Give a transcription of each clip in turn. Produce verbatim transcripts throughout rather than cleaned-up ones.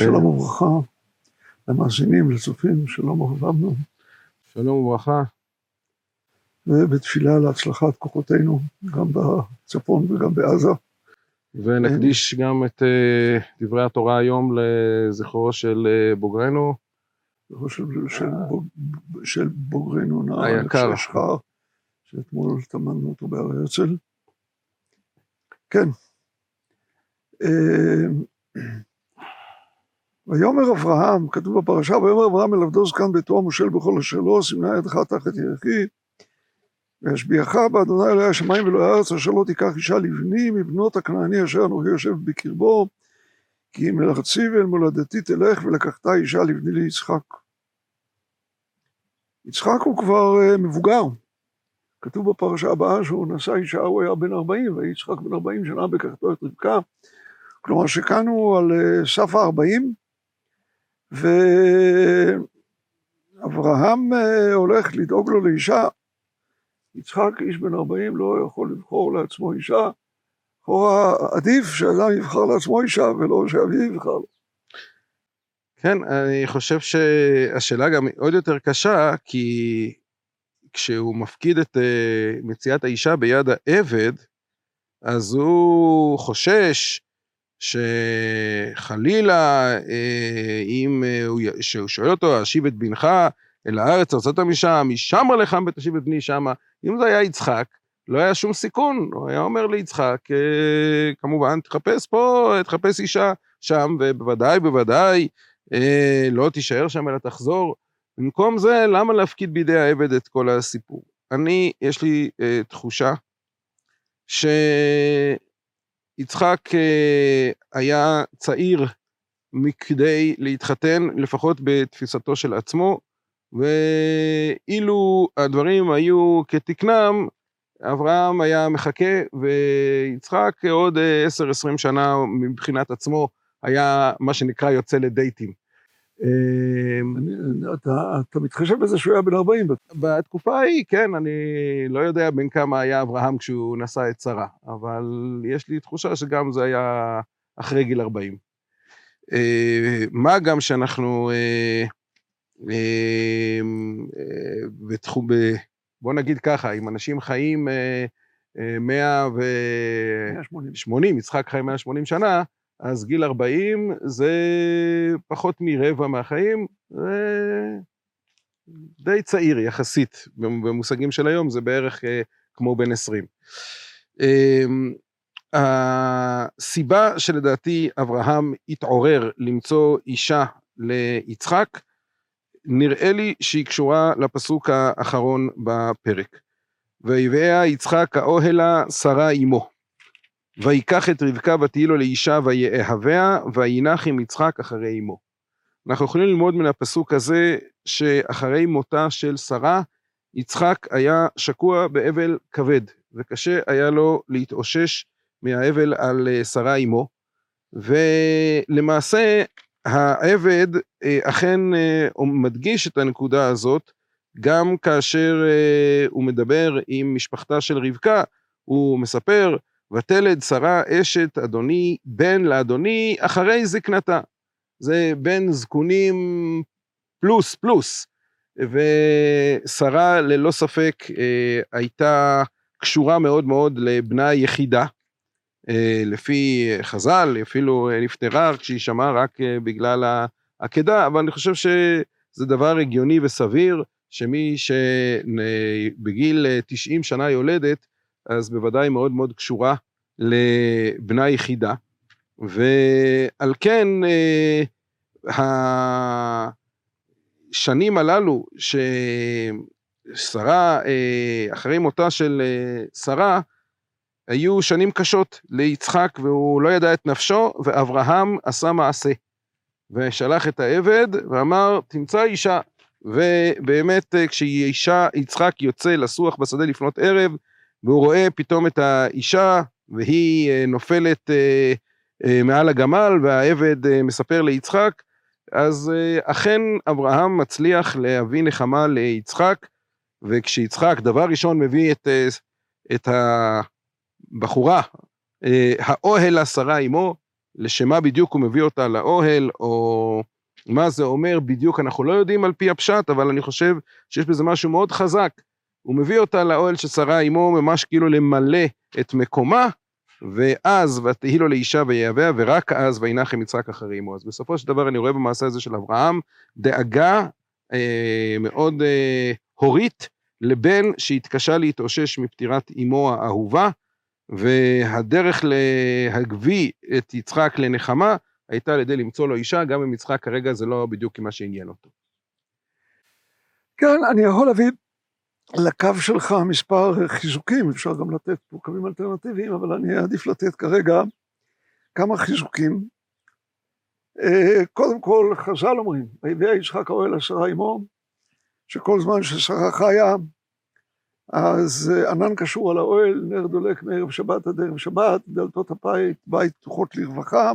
שלום וברכה, למאזינים, לצופים, שלום אהבנו. שלום וברכה. ובתפילה להצלחת כוחותינו, גם בצפון וגם בעזה. ונקדיש גם את דברי התורה היום לזכרו של בוגרנו. זכרו של, של, בוג, של בוגרנו היקר. ששחר, שאתמול תמנו אותו בהר הרצל. כן. ויאמר אברהם, כתוב בפרשה, ויאמר אברהם אל עבדו זקן ביתו המושל בכל אשר לו, סימנה ידך תחת ירכי, וישביעך באדוני אלוהי השמיים ואלוהי הארץ, אשר לא תיקח אישה לבני מבנות הכנעני אשר אנוכי יושב בקרבו, כי אם אל ארצי ואל מולדתי תלך, ולקחת אישה לבני ליצחק. יצחק הוא כבר מבוגר. כתוב בפרשה הבאה שהוא נשא אישה, הוא היה בן ארבעים, ויצחק בן ארבעים שנה בקחתו את רבקה. כלומר שכאן הוא על סף הארבעים, ואברהם הולך לדאוג לו לאישה. יצחק, איש בן ארבעים, לא יכול לבחור לעצמו אישה. לכאורה עדיף שאדם יבחר לעצמו אישה, ולא שאביו יבחר לו. כן, אני חושב שהשאלה גם עוד יותר קשה, כי כשהוא מפקיד את מציאת האישה ביד העבד, אז הוא חושש שחלילה, אם הוא שואל אותו, אשיב את בנך אל הארץ, ארצות משם, משם עליכם ותשיב את בני שמה. אם זה היה יצחק, לא היה שום סיכון. הוא היה אומר ליצחק, כמובן, תחפש פה, תחפש אישה שם, ובוודאי, בוודאי, לא תישאר שם אלא תחזור. במקום זה, למה להפקיד בידי העבד את כל הסיפור? אני, יש לי תחושה, שיצחק היה צעיר מכדי להתחתן, לפחות בתפיסתו של עצמו, ואילו הדברים היו כתקנם, אברהם היה מחכה, ויצחק עוד עשר עשרים שנה מבחינת עצמו, היה מה שנקרא יוצא לדייטים. אתה, אתה מתחשב בזה שהוא היה בן ארבעים? בתקופה ההיא, כן, אני לא יודע בין כמה היה אברהם כשהוא נשא את שרה, אבל יש לי תחושה שגם זה היה אחרי גיל ארבעים. מה גם שאנחנו, בתחום, בוא נגיד ככה, אם אנשים חיים מאה ושמונים, יצחק חי מאה ושמונים שנה, אז גיל ארבעים זה פחות מרבע מהחיים, זה די צעיר יחסית, במושגים של היום זה בערך כמו בן עשרים. הסיבה שלדעתי אברהם התעורר למצוא אישה ליצחק, נראה לי שהיא קשורה לפסוק האחרון בפרק. ויבאה יצחק האוהלה שרה אמו. ויקח את רבקה ותהי לו לאישה ויאהביה, וינח עם יצחק אחרי אמו. אנחנו יכולים ללמוד מן הפסוק הזה, שאחרי מותה של שרה, יצחק היה שקוע באבל כבד, וקשה היה לו להתאושש מהאבל על שרה אמו, ולמעשה העבד אכן מדגיש את הנקודה הזאת, גם כאשר הוא מדבר עם משפחתה של רבקה, הוא מספר, ותלד שרה אשת אדוני, בן לאדוני, אחרי זקנתה. זה בן זקונים פלוס פלוס, ושרה ללא ספק הייתה קשורה מאוד מאוד לבנה יחידה, לפי חז"ל, אפילו נפטרה כשהיא שמעה רק בגלל העקדה, אבל אני חושב שזה דבר הגיוני וסביר, שמי שבגיל תשעים שנה יולדת, אז בוודאי מאוד מאוד קשורה לבנה יחידה, ועל כן השנים הללו ששרה, אחרי מותה של שרה, היו שנים קשות ליצחק, והוא לא ידע את נפשו, ואברהם עשה מעשה, ושלח את העבד, ואמר, תמצא אישה, ובאמת כשאישה, יצחק יוצא לסוח בשדה לפנות ערב, והוא רואה פתאום את האישה, והיא נופלת מעל הגמל, והעבד מספר ליצחק, אז אכן אברהם מצליח להביא נחמה ליצחק, וכשיצחק דבר ראשון מביא את, את הבחורה, האוהלה שרה אמו, לשמה בדיוק הוא מביא אותה לאוהל, או מה זה אומר בדיוק, אנחנו לא יודעים על פי הפשט, אבל אני חושב שיש בזה משהו מאוד חזק. הוא מביא אותה לאוהל ששרה עמו, ממש כאילו למלא את מקומה, ואז ותהי לו לאישה ויהביה, ורק אז וינחם יצחק אחרי עמו. אז בסופו של דבר אני רואה במעשה הזה של אברהם, דאגה אה, מאוד אה, הורית, לבן שהתקשה להתאושש מפטירת אמו האהובה, והדרך להגביא את יצחק לנחמה, הייתה על ידי למצוא לו אישה, גם אם יצחק כרגע זה לא בדיוק מה שעניין אותו. כן, אני יכול להביא לקו שלך מספר חיזוקים, אפשר גם לתת פה קווים אלטרנטיביים, אבל אני אעדיף לתת כרגע כמה חיזוקים. קודם כל, חז"ל אומרים, ויביא יצחק האוהל לשרה עמו, שכל זמן ששרה חיה, אז ענן קשור על האוהל, נר דולק מערב שבת עד ערב שבת, דלתות הבית, בית פתוחות לרווחה,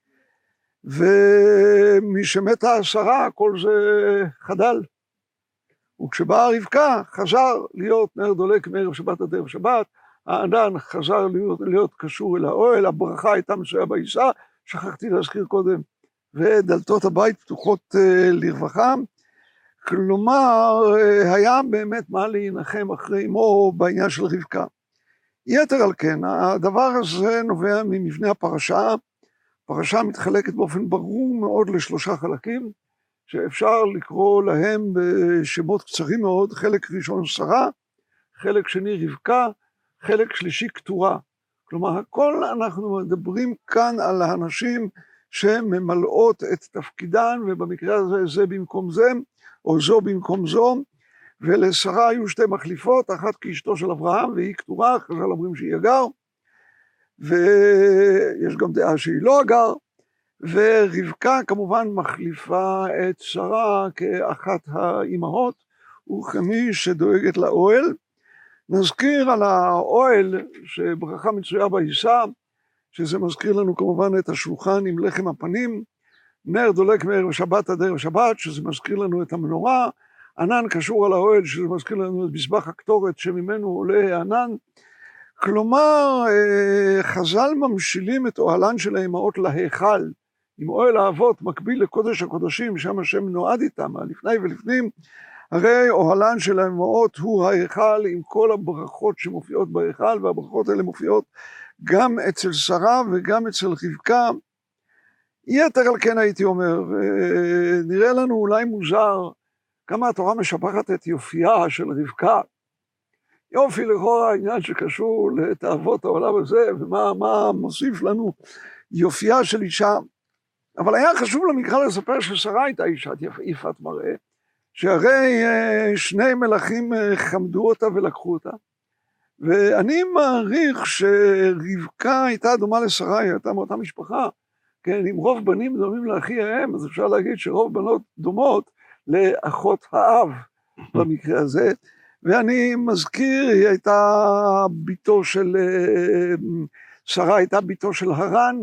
ומשמתה השרה, כל זה חדל. וכשבאה רבקה, חזר להיות נר דולק מערב שבת עד ערב שבת, הענן חזר להיות, להיות קשור אל האוהל, הברכה הייתה מצויה בעיסה, שכחתי להזכיר קודם, ודלתות הבית פתוחות uh, לרווחה, כלומר, uh, היה באמת מה להנחם אחרי אמו בעניין של רבקה. יתר על כן, הדבר הזה נובע ממבנה הפרשה, הפרשה מתחלקת באופן ברור מאוד לשלושה חלקים, שאפשר לקרוא להם בשמות קצרים מאוד, חלק ראשון שרה, חלק שני רבקה, חלק שלישי כתורה. כלומר, הכל אנחנו מדברים כאן על האנשים שממלאות את תפקידן, ובמקרה הזה זה במקום זה, או זו במקום זו, ולשרה היו שתי מחליפות, אחת כאשתו של אברהם, והיא כתורה, חז"ל אומרים שהיא אגר, ויש גם דעה שהיא לא אגר, ורבקה כמובן מחליפה את שרה כאחת האימהות, וכמי שדואגת לאוהל. נזכיר על האוהל שברכה מצויה בעיסה, שזה מזכיר לנו כמובן את השולחן עם לחם הפנים, נר דולק מערב שבת עד ערב שבת, שזה מזכיר לנו את המנורה, ענן קשור על האוהל, שזה מזכיר לנו את מזבח הקטורת שממנו עולה הענן. כלומר, חז"ל ממשילים את אוהלן של האימהות להיכל, עם אוהל האבות מקביל לקודש הקודשים, שם השם נועד איתם, לפני ולפנים, הרי אוהלן של האימהות הוא ההיכל עם כל הברכות שמופיעות בהיכל, והברכות האלה מופיעות גם אצל שרה וגם אצל רבקה. יתר על כן הייתי אומר, נראה לנו אולי מוזר, כמה התורה משבחת את יופייה של רבקה. יופי לכאורה העניין שקשור לתאוות העולם הזה, ומה מה מוסיף לנו יופייה של אישה. אבל היה חשוב למקרא לספר ששרה הייתה אישה יפת מראה, שהרי שני מלכים חמדו אותה ולקחו אותה, ואני מעריך שרבקה הייתה דומה לשרה, היא הייתה מאותה משפחה, כן, אם רוב בנים דומים לאחי האם, אז אפשר להגיד שרוב בנות דומות לאחות האב במקרה הזה, ואני מזכיר, היא הייתה ביתו של, שרה הייתה ביתו של הרן,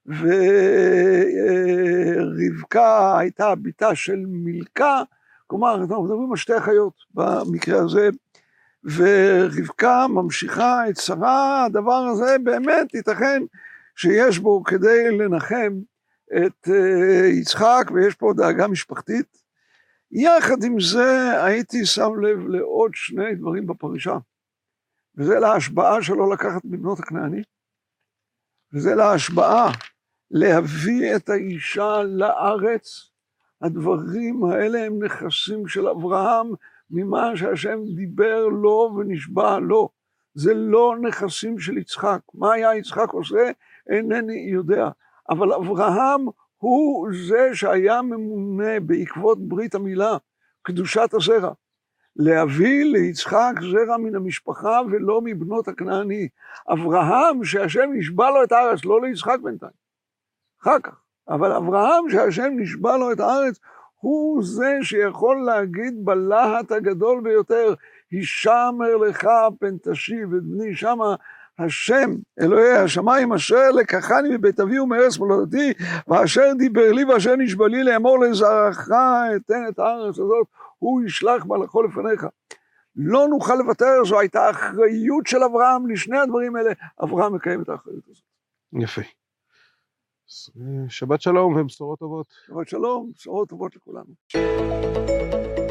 ורבקה הייתה ביתה של מילכה, כלומר, אנחנו מדברים על שתי אחיות במקרה הזה, ורבקה ממשיכה את שרה, הדבר הזה באמת ייתכן שיש בו כדי לנחם את יצחק, ויש פה דאגה משפחתית. יחד עם זה הייתי שם לב לעוד שני דברים בפרשה, וזה להשבעה שלא לקחת מבנות הכנעני, וזה להשבעה להביא את האישה לארץ. הדברים האלה הם נכסים של אברהם, ממה שהשם דיבר לו ונשבע לו. זה לא נכסים של יצחק. מה היה יצחק עושה? אינני יודע. אבל אברהם הוא זה שהיה ממונה בעקבות ברית המילה, קדושת הזרע. להביא ליצחק זרע מן המשפחה ולא מבנות הכנעני. אברהם שהשם נשבע לו את הארץ, לא ליצחק בינתיים. אחר כך. אבל אברהם שהשם נשבע לו את הארץ, הוא זה שיכול להגיד בלהט הגדול ביותר, הישמר לך פן תשיב את בני, שמה השם, אלוהי השמיים, אשר לקחני מבית אבי ומארץ מולדתי, ואשר דיבר לי ואשר נשבע לי לאמור לזרעך אתן את הארץ הזאת, הוא ישלח מלאכו לפניך. לא נוכל לוותר, זו הייתה אחריות של אברהם לשני הדברים האלה, אברהם מקיים את האחריות הזאת. יפה. שבת שלום ובשורות טובות. שבת שלום, בשורות טובות לכולנו.